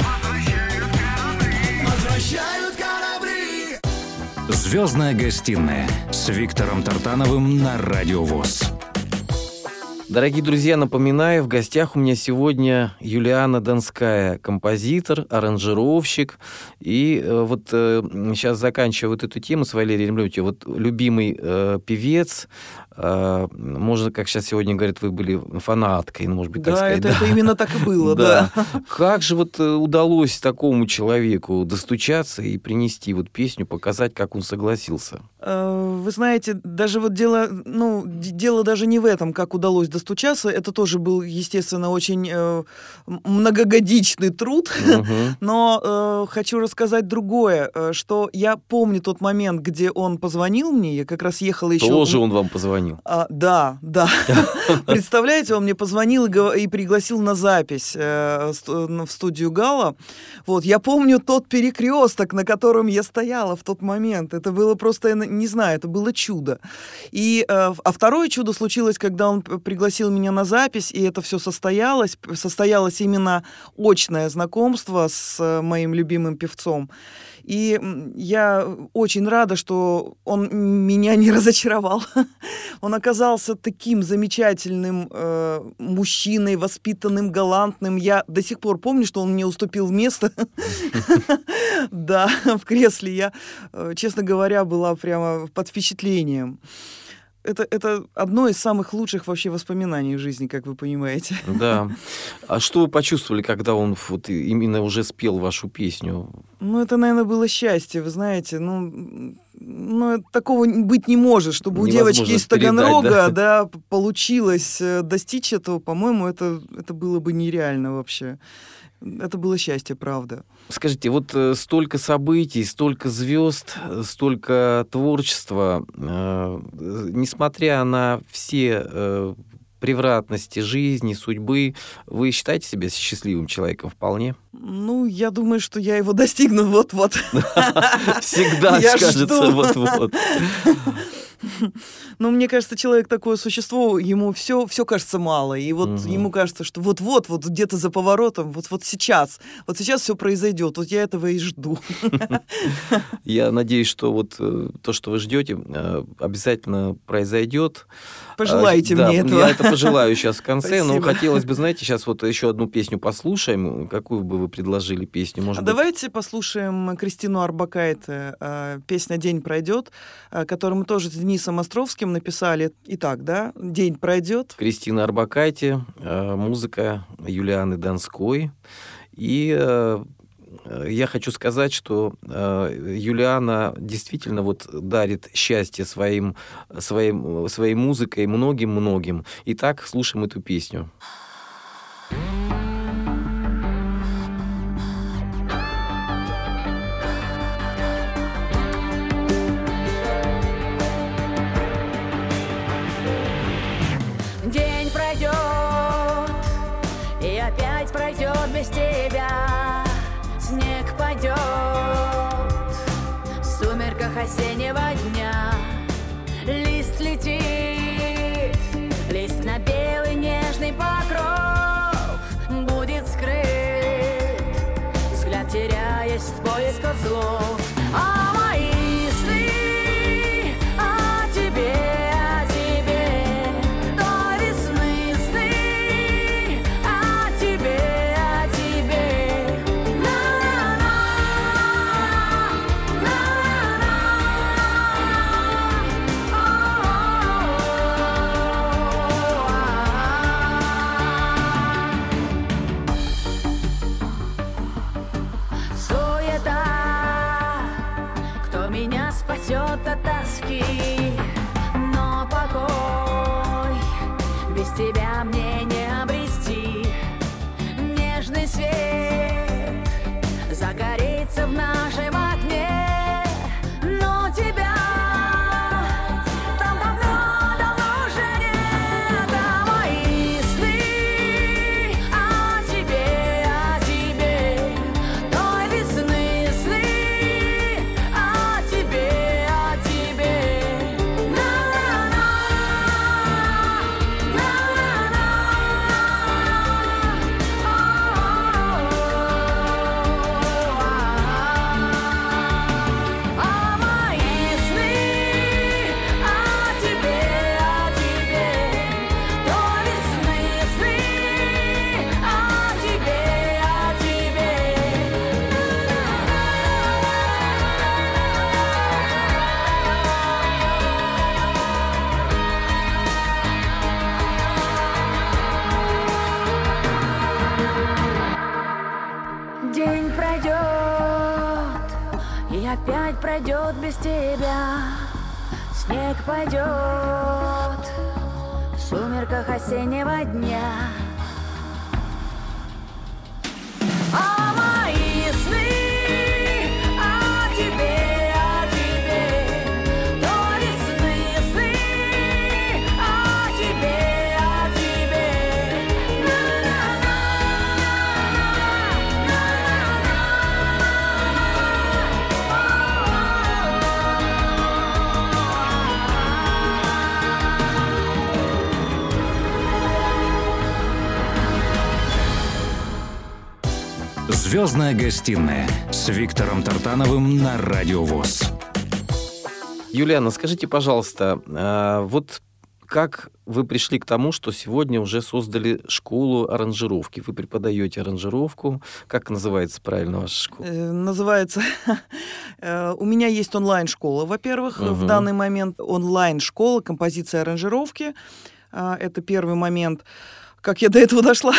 возвращают корабли. «Звездная гостиная» с Виктором Тартановым на Радио ВОС. Дорогие друзья, напоминаю, в гостях у меня сегодня Юлиана Донская, композитор, аранжировщик. И э, вот э, сейчас заканчиваю вот эту тему с Валерием Ремлёвичем. Вот любимый э, певец, э, можно, как сейчас сегодня говорят, вы были фанаткой, ну, может быть, так да, сказать. Это, Да, это именно так и было, да. Как же вот удалось такому человеку достучаться и принести вот песню, показать, как он согласился? Вы знаете, даже вот дело, ну, дело даже не в этом, как удалось достучаться. Это тоже был, естественно, очень э, многогодичный труд. Uh-huh. Но э, хочу рассказать другое, что я помню тот момент, где он позвонил мне, я как раз ехала еще... Тоже он вам позвонил? А, да, да. Представляете, он мне позвонил и, и пригласил на запись э, в студию Гала. Вот, я помню тот перекресток, на котором я стояла в тот момент. Это было просто, не знаю, это было чудо. И, э, а второе чудо случилось, когда он пригласил меня на запись, и это все состоялось. Состоялось именно очное знакомство с моим любимым певцом. И я очень рада, что он меня не разочаровал. Он оказался таким замечательным э, мужчиной, воспитанным, галантным. Я до сих пор помню, что он мне уступил место. Да, в кресле. Я, честно говоря, была прямо под впечатлением. Это, это одно из самых лучших вообще воспоминаний в жизни, как вы понимаете. Да. А что вы почувствовали, когда он вот именно уже спел вашу песню? Ну, это, наверное, было счастье, вы знаете. Ну, ну такого быть не может, чтобы невозможно у девочки из Таганрога передать, да? Да, получилось достичь этого. По-моему, это, это было бы нереально вообще. Это было счастье, правда. Скажите, вот столько событий, столько звезд, столько творчества, э, несмотря на все э, превратности жизни, судьбы, вы считаете себя счастливым человеком вполне? Ну, я думаю, что я его достигну вот-вот. Всегда кажется вот-вот. Ну, мне кажется, человек такое существо, ему все, все кажется мало. И вот угу. ему кажется, что вот-вот, вот где-то за поворотом, вот-вот сейчас, вот сейчас все произойдет. Вот я этого и жду. Я надеюсь, что вот то, что вы ждете, обязательно произойдет. Пожелайте да, мне этого. Я это пожелаю сейчас в конце. Спасибо. Но хотелось бы, знаете, сейчас вот еще одну песню послушаем. Какую бы вы предложили песню? Может а быть... Давайте послушаем Кристину Орбакайте. Песня «День пройдет», которую мы тоже с Денисом Островским написали. Итак, да, «День пройдет». Кристина Орбакайте, музыка Юлианы Донской. И я хочу сказать, что Юлиана действительно вот дарит счастье своим, своим, своей музыкой многим-многим. Итак, слушаем эту песню. День пройдет, и опять пройдет без тебя. Снег пойдет в сумерках осеннего дня. Лист летит, лист на белый нежный покров будет скрыт, взгляд теряясь в поисках слов. А мои сны о тебе, о тебе, до весны сны о тебе, о тебе. Спасет от тоски, но покой без тебя мне не обрести. Нежный свет загорится в нашем окне, но тебя там давно, давно уже нет. А мои сны о тебе, о тебе, той весны сны о тебе, о тебе. пройдет без тебя, снег пойдет в сумерках осеннего дня. А мои сны о тебе, о тебе, то весны сны о тебе, о тебе. «Звездная гостиная» с Виктором Тартановым на Радио ВОС. Юлиана, скажите, пожалуйста, вот как вы пришли к тому, что сегодня уже создали школу аранжировки? Вы преподаете аранжировку. Как называется правильно ваша школа? Называется... У меня есть онлайн-школа, во-первых. Uh-huh. В данный момент онлайн-школа композиции аранжировки. Это первый момент. Как я до этого дошла,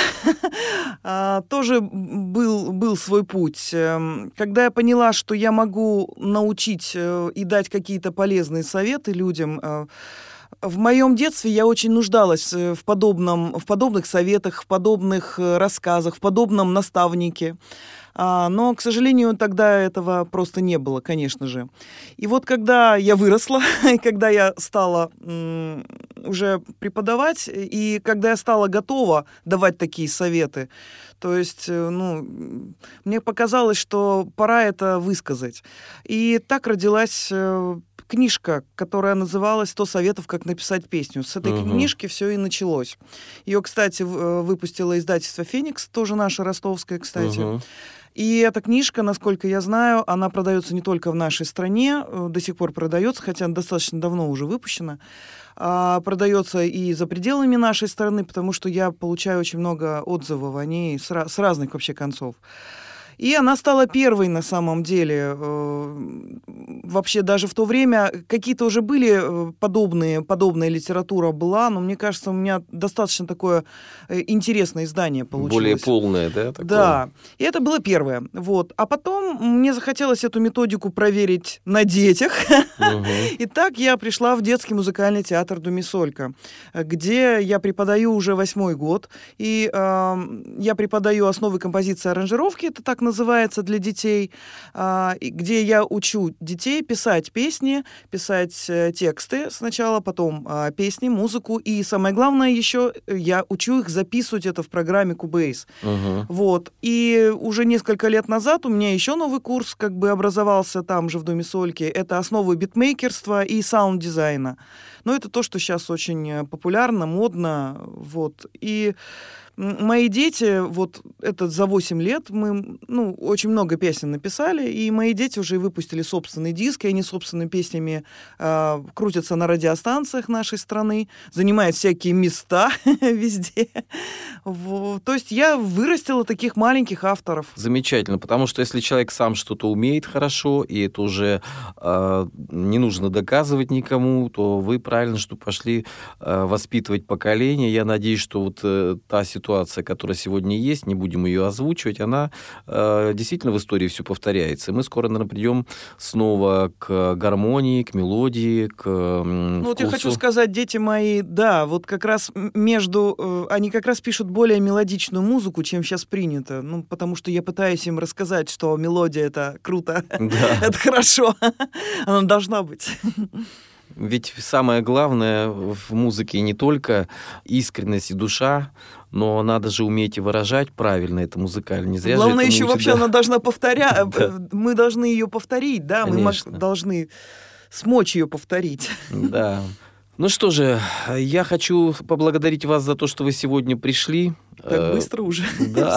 тоже был, был свой путь. Когда я поняла, что я могу научить и дать какие-то полезные советы людям, в моем детстве я очень нуждалась в, подобном, в подобных советах, в подобных рассказах, в подобном наставнике. Но, к сожалению, тогда этого просто не было, конечно же. И вот когда я выросла, и когда я стала м, уже преподавать, и когда я стала готова давать такие советы, то есть, ну, мне показалось, что пора это высказать. И так родилась книжка, которая называлась «сто советов, как написать песню». С этой uh-huh. книжки все и началось. Ее, кстати, выпустило издательство «Феникс», тоже наше ростовское, кстати. Uh-huh. И эта книжка, насколько я знаю, она продается не только в нашей стране, до сих пор продается, хотя она достаточно давно уже выпущена, а продается и за пределами нашей страны, потому что я получаю очень много отзывов о ней с, с разных вообще концов. И она стала первой на самом деле. Вообще даже в то время какие-то уже были подобные, подобная литература была, но мне кажется, у меня достаточно такое интересное издание получилось. Более полное, да? Такое? Да. И это было первое. Вот. А потом мне захотелось эту методику проверить на детях. Угу. И так я пришла в детский музыкальный театр «Думисолька», где я преподаю уже восьмой год. И э, я преподаю основы композиции аранжировки, это так называется для детей, где я учу детей писать песни, писать тексты сначала, потом песни, музыку, и самое главное еще я учу их записывать это в программе Cubase. Uh-huh. Вот. И уже несколько лет назад у меня еще новый курс как бы образовался там же в Думисольке. Это основы битмейкерства и саунд-дизайна. Но это то, что сейчас очень популярно, модно. Вот. И мои дети, вот это за восемь лет, мы, ну, очень много песен написали, и мои дети уже выпустили собственный диск, и они собственными песнями э, крутятся на радиостанциях нашей страны, занимают всякие места везде. Вот. То есть я вырастила таких маленьких авторов. Замечательно, потому что если человек сам что-то умеет хорошо, и это уже э, не нужно доказывать никому, то вы правильно, что пошли э, воспитывать поколение. Я надеюсь, что вот э, та ситуация, ситуация, которая сегодня есть, не будем ее озвучивать, она э, действительно в истории все повторяется. Мы скоро, наверное, придем снова к гармонии, к мелодии, к э, Ну вот я хочу сказать, дети мои, да, вот как раз между... Э, они как раз пишут более мелодичную музыку, чем сейчас принято. Ну, потому что я пытаюсь им рассказать, что мелодия — это круто, это хорошо, она должна быть. Ведь самое главное в музыке не только искренность и душа, но надо же уметь и выражать правильно это музыкально. Не зря Главное же еще вообще да. она должна повторять. Мы должны ее повторить, да? Конечно. Мы должны смочь ее повторить. Да. Ну что же, я хочу поблагодарить вас за то, что вы сегодня пришли. Так быстро уже. Да.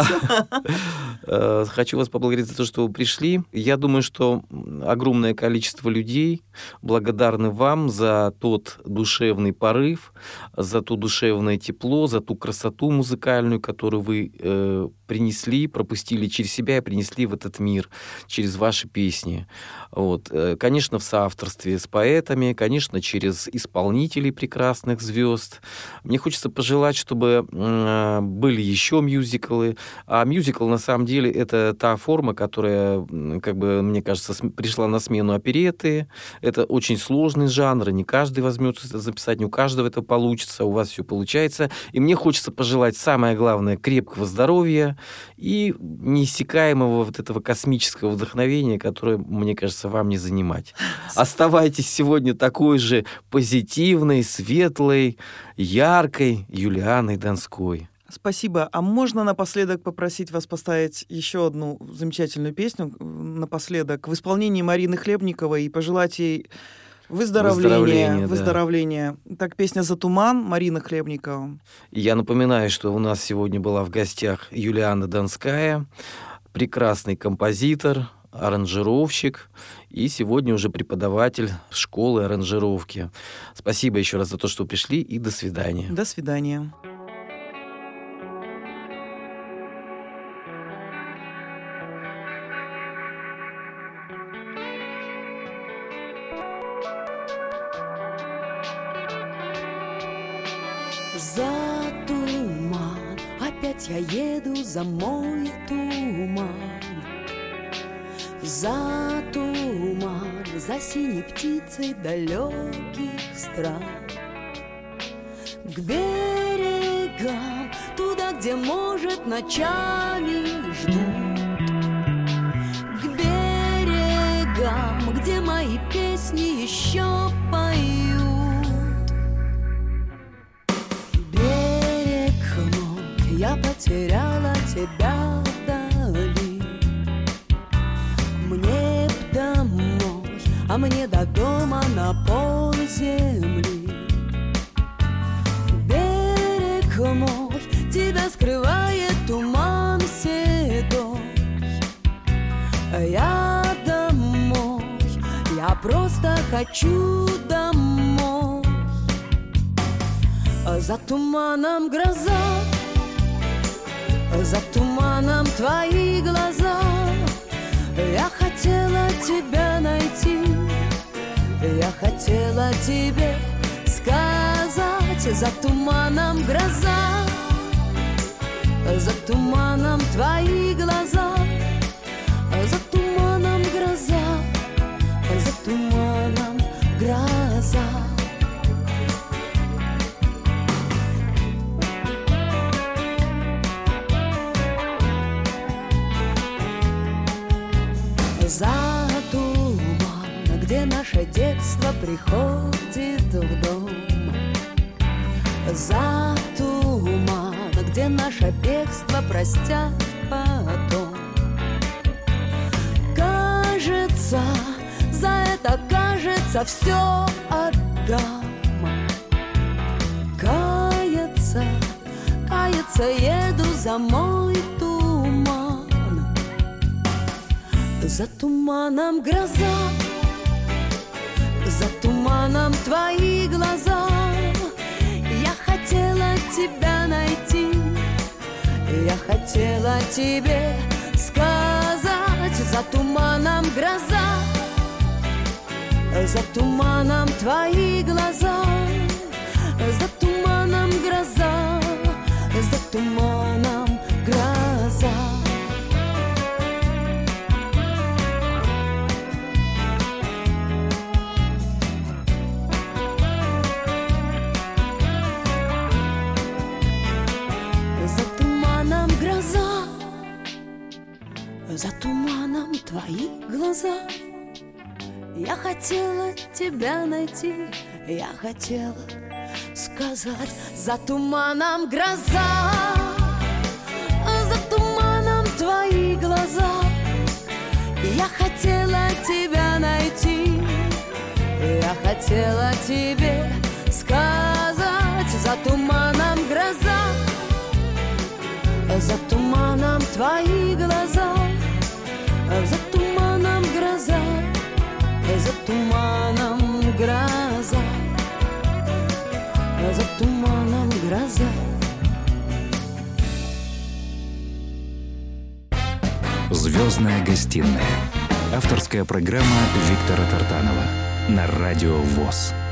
Хочу вас поблагодарить за то, что вы пришли. Я думаю, что огромное количество людей благодарны вам за тот душевный порыв, за то душевное тепло, за ту красоту музыкальную, которую вы э, принесли, пропустили через себя и принесли в этот мир через ваши песни. Вот. Конечно, в соавторстве с поэтами, конечно, через исполнителей прекрасных звезд. Мне хочется пожелать, чтобы э, был были еще мюзиклы. А мюзикл, на самом деле, это та форма, которая, как бы, мне кажется, пришла на смену оперетты. Это очень сложный жанр, не каждый возьмет это записать, не у каждого это получится, у вас все получается. И мне хочется пожелать, самое главное, крепкого здоровья и неиссякаемого вот этого космического вдохновения, которое, мне кажется, вам не занимать. Оставайтесь сегодня такой же позитивной, светлой, яркой Юлианой Донской. Спасибо. А можно напоследок попросить вас поставить еще одну замечательную песню напоследок в исполнении Марины Хлебниковой и пожелать ей выздоровления. Выздоровления, выздоровления. Да. Так, песня «За туман» Марина Хлебникова. Я напоминаю, что у нас сегодня была в гостях Юлиана Донская, прекрасный композитор, аранжировщик и сегодня уже преподаватель школы аранжировки. Спасибо еще раз за то, что пришли, и до свидания. До свидания. За туман, опять я еду за мой туман. За туман, за синей птицей далеких стран. К берегам, туда, где, может, ночами ждут. К берегам, где мои песни еще поют. Берег мой, я потеряла тебя вдали. Мне б домой, а мне до дома на пол земли. Берег мой, тебя скрывает туман седой. Я домой, я просто хочу домой. За туманом гроза, за туманом твои глаза. Я хотела тебя найти, я хотела тебе сказать. За туманом гроза, за туманом твои глаза. За туманом гроза, за туманом гроза. За туман, где наше детство приходит в дом. За туман, где наше бегство простят потом. Кажется, за это, кажется, все отдам. Каяться, каяться еду за мой туман. За туманом гроза, за туманом твои глаза. Я хотела тебя найти, я хотела тебе сказать. За туманом гроза, за туманом твои глаза. За туманом гроза, за туманом гроза. За туманом твои глаза. Я хотела тебя найти, я хотела сказать. За туманом гроза, за туманом твои глаза. Я хотела тебя найти, я хотела тебе сказать. За туманом гроза, за туманом твои глаза. За туманом гроза, за туманом гроза. За туманом гроза. «Звездная гостиная». Авторская программа Виктора Тартанова на Радио ВОС.